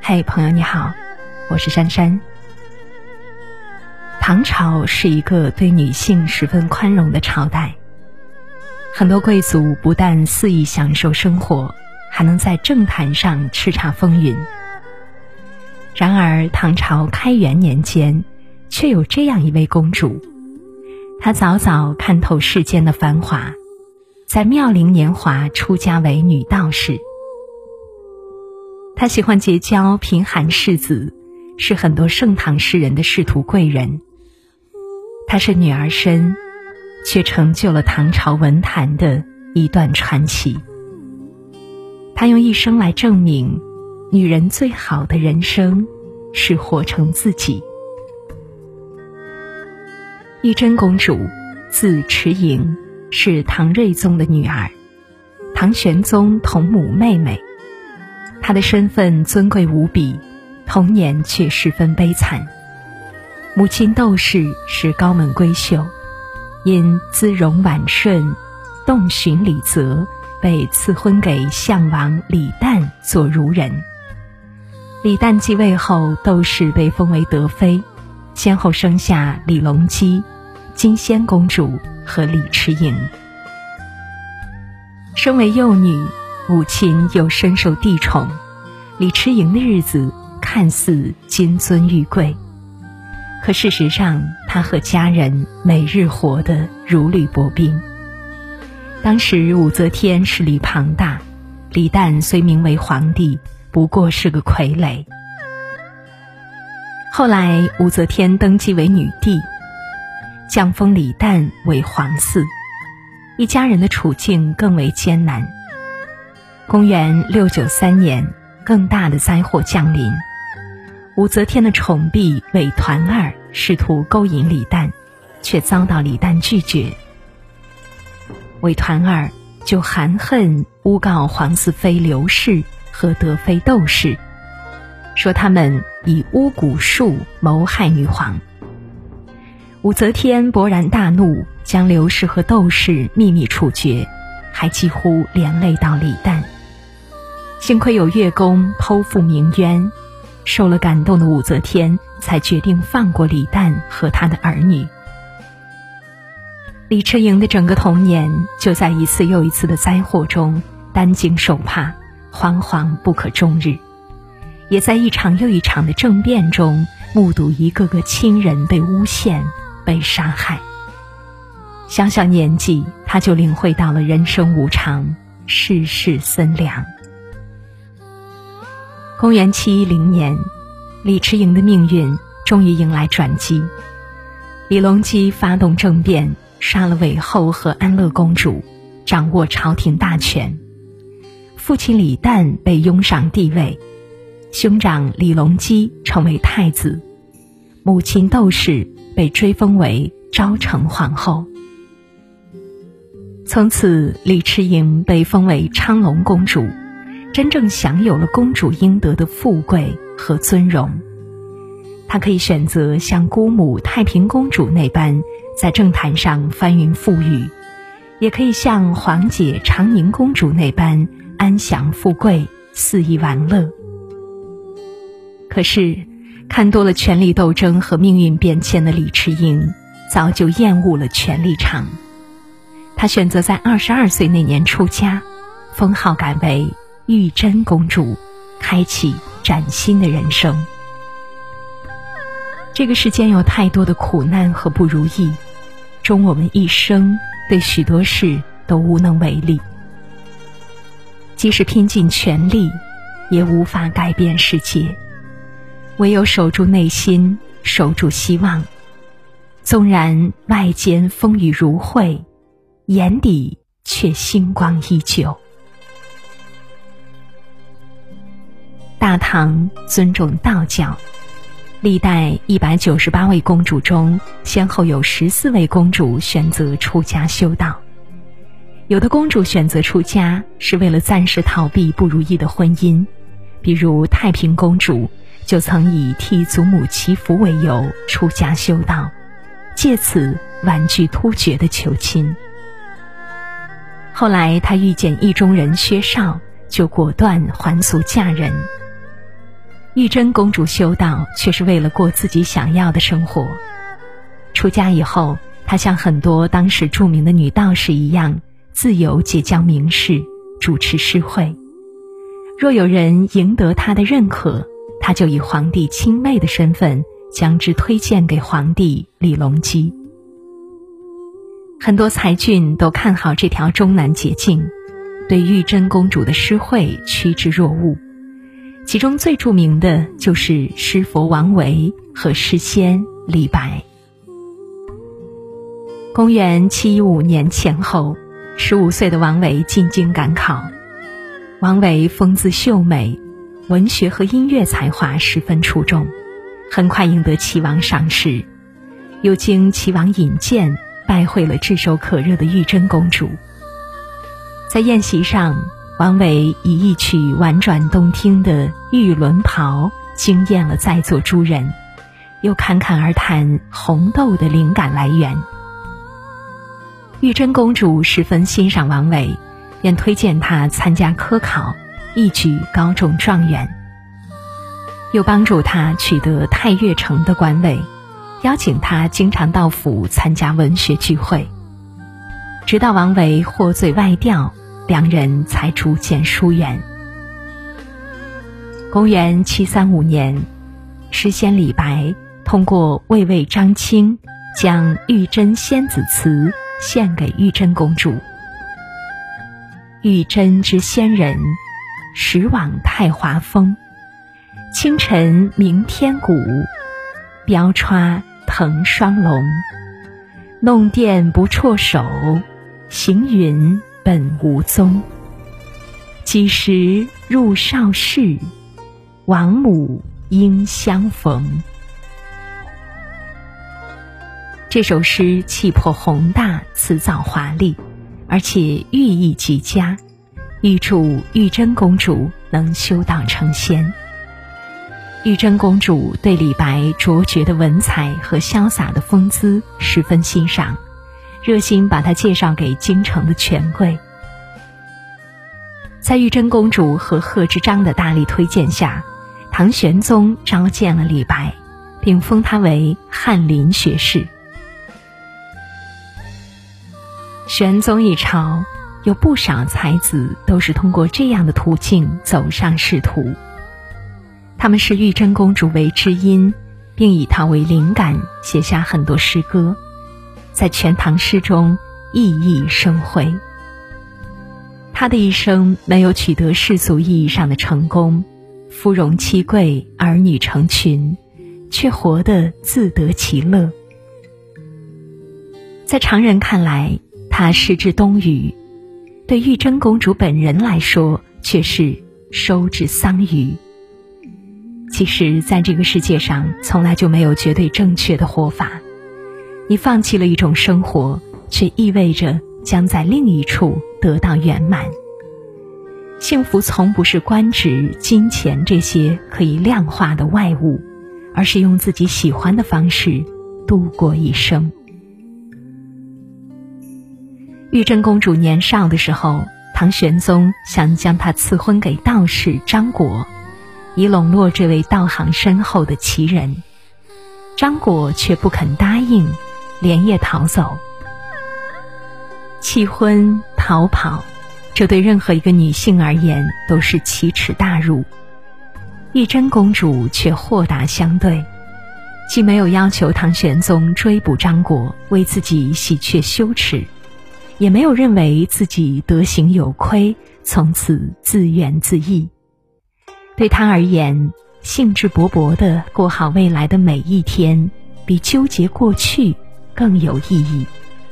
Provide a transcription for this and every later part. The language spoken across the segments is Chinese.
嘿，朋友你好，我是珊珊。唐朝是一个对女性十分宽容的朝代，很多贵族不但肆意享受生活，还能在政坛上叱咤风云。然而唐朝开元年间，却有这样一位公主，她早早看透世间的繁华，在妙龄年华出家为女道士。她喜欢结交贫寒士子，是很多盛唐诗人的仕途贵人。她是女儿身，却成就了唐朝文坛的一段传奇。她用一生来证明，女人最好的人生是活成自己。玉真公主字迟莹，是唐睿宗的女儿，唐玄宗同母妹妹。她的身份尊贵无比，童年却十分悲惨。母亲窦氏是高门闺秀，因姿容婉顺，洞寻李泽，被赐婚给相王李旦做孺人。李旦继位后，窦氏被封为德妃，先后生下李隆基、金仙公主和李迟莹。身为幼女，母亲又深受帝宠，李迟莹的日子看似金尊玉贵，可事实上她和家人每日活得如履薄冰。当时武则天势力庞大，李旦虽名为皇帝，不过是个傀儡。后来武则天登基为女帝，降封李旦为皇嗣，一家人的处境更为艰难。公元693年，更大的灾祸降临。武则天的宠婢韦团儿试图勾引李旦，却遭到李旦拒绝。韦团儿就含恨诬告皇嗣妃刘氏和德妃窦氏，说他们以巫蛊术谋害女皇。武则天勃然大怒，将刘氏和窦氏秘密处决，还几乎连累到李旦。幸亏有乐工剖腹鸣冤，受了感动的武则天才决定放过李旦和他的儿女。李迟莹的整个童年就在一次又一次的灾祸中担惊受怕，惶惶不可终日，也在一场又一场的政变中目睹一个个亲人被诬陷、被杀害。小小年纪，他就领会到了人生无常，世事森凉。公元710年，李迟莹的命运终于迎来转机。李隆基发动政变，杀了韦后和安乐公主，掌握朝廷大权。父亲李旦被拥上帝位，兄长李隆基成为太子，母亲窦氏被追封为昭成皇后。从此李迟莹被封为昌隆公主，真正享有了公主应得的富贵和尊荣。她可以选择像姑母太平公主那般在政坛上翻云覆雨，也可以像皇姐长宁公主那般安享富贵，肆意玩乐。可是看多了权力斗争和命运变迁的李迟莹早就厌恶了权力场。她选择在22岁那年出家，封号改为玉真公主，开启崭新的人生。这个世间有太多的苦难和不如意，终我们一生对许多事都无能为力。即使拼尽全力，也无法改变世界，唯有守住内心，守住希望。纵然外间风雨如晦，眼底却星光依旧。大唐尊重道教，历代198位公主中，先后有14位公主选择出家修道。有的公主选择出家是为了暂时逃避不如意的婚姻，比如太平公主就曾以替祖母祈福为由出家修道，借此婉拒突厥的求亲。后来她遇见意中人薛绍，就果断还俗嫁人。 玉真公主修道却是为了过自己想要的生活。出家以后，她像很多当时著名的女道士一样，自由结交名士，主持诗会。若有人赢得她的认可，她就以皇帝亲妹的身份将之推荐给皇帝李隆基。很多才俊都看好这条中南捷径，对玉真公主的诗会趋之若鹜。其中最著名的就是诗佛王维和诗仙李白。公元715年前后，15岁的王维进京赶考。王维风姿秀美，文学和音乐才华十分出众，很快赢得齐王赏识，又经齐王引荐，拜会了炙手可热的玉真公主。在宴席上，王维以一曲婉转动听的《玉轮袍》惊艳了在座诸人，又侃侃而谈红豆的灵感来源。玉真公主十分欣赏王维，便推荐他参加科考，一举高中状元，又帮助他取得太岳城的官位，邀请他经常到府参加文学聚会。直到王维获罪外调，两人才逐渐疏远。公元735年，诗仙李白通过卫尉张清将《玉真仙子词》献给玉真公主。玉真之仙人，时往太华峰。清晨鸣天鼓，标歘腾双龙。弄电不辍手，行云本无踪。几时入少室，王母应相逢。这首诗气魄宏大，辞藻华丽，而且寓意极佳，预祝玉真公主能修道成仙。玉真公主对李白卓绝的文采和潇洒的风姿十分欣赏，热心把他介绍给京城的权贵。在玉真公主和贺知章的大力推荐下，唐玄宗召见了李白，并封他为翰林学士。玄宗一朝，有不少才子都是通过这样的途径走上仕途。他们视玉真公主为知音，并以她为灵感写下很多诗歌，在全唐诗中熠熠生辉。她的一生没有取得世俗意义上的成功，夫荣妻贵，儿女成群，却活得自得其乐。在常人看来，她失之东隅，对玉真公主本人来说却是收之桑榆。其实在这个世界上从来就没有绝对正确的活法，你放弃了一种生活，却意味着将在另一处得到圆满。幸福从不是官职、金钱这些可以量化的外物，而是用自己喜欢的方式度过一生。玉真公主年少的时候，唐玄宗想将她赐婚给道士张果，以笼络这位道行深厚的奇人。张果却不肯答应，连夜逃走。弃婚逃跑，这对任何一个女性而言都是奇耻大辱。玉真公主却豁达相对，既没有要求唐玄宗追捕张果，为自己洗却羞耻，也没有认为自己德行有亏，从此自怨自艾。对她而言，兴致勃勃地过好未来的每一天，比纠结过去更有意义。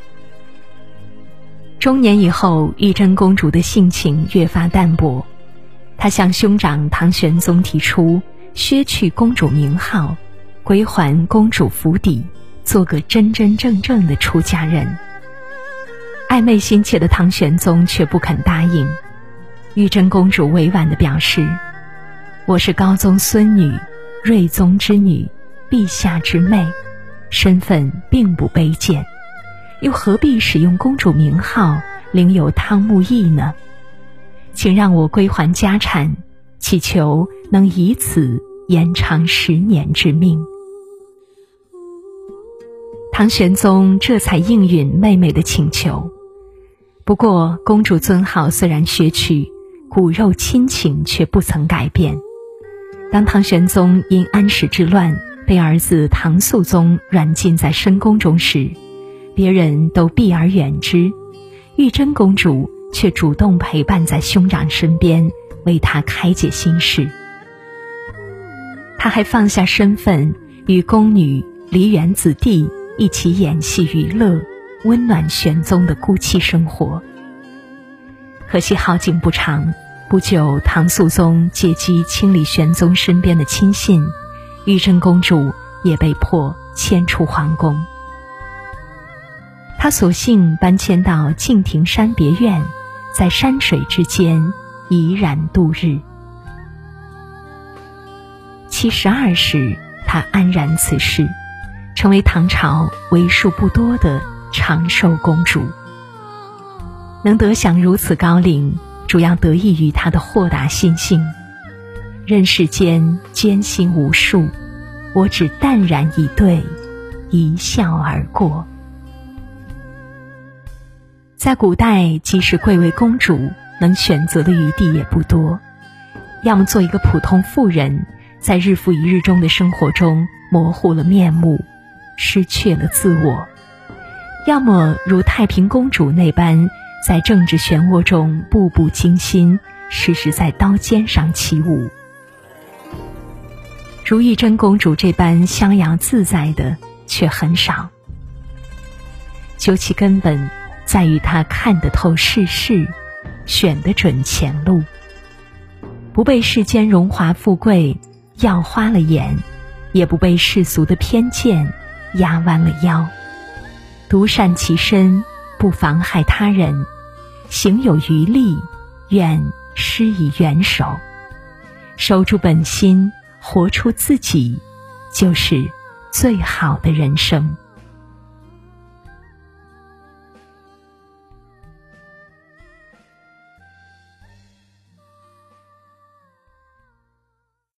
中年以后，玉真公主的性情越发淡薄，她向兄长唐玄宗提出削去公主名号，归还公主府邸，做个真真正正的出家人。暧昧心切的唐玄宗却不肯答应。玉真公主委婉地表示，我是高宗孙女，睿宗之女，陛下之妹，身份并不卑贱，又何必使用公主名号领有汤沐邑呢？请让我归还家产，祈求能以此延长10年之命。唐玄宗这才应允妹妹的请求。不过公主尊号虽然削去，骨肉亲情却不曾改变。当唐玄宗因安史之乱被儿子唐肃宗软禁在深宫中时，别人都避而远之，玉真公主却主动陪伴在兄长身边，为他开解心事。她还放下身份，与宫女、梨园子弟一起演戏娱乐，温暖玄宗的孤寂生活。可惜好景不长，不久唐肃宗借机清理玄宗身边的亲信，玉真公主也被迫迁出皇宫。她索性搬迁到敬亭山别院，在山水之间怡然度日。72时，她安然辞世，成为唐朝为数不多的长寿公主。能得享如此高龄，主要得益于她的豁达心性。人世间艰辛无数，我只淡然以对，一笑而过。在古代，即使贵为公主，能选择的余地也不多，要么做一个普通妇人，在日复一日中的生活中模糊了面目，失去了自我；要么如太平公主那般，在政治漩涡中步步惊心，时时在刀尖上起舞。如玉真公主这般逍遥自在的却很少。究其根本，在于她看得透世事，选得准前路，不被世间荣华富贵耀花了眼，也不被世俗的偏见压弯了腰，独善其身，不妨害他人，行有余力，愿施以援手，守住本心，活出自己，就是最好的人生。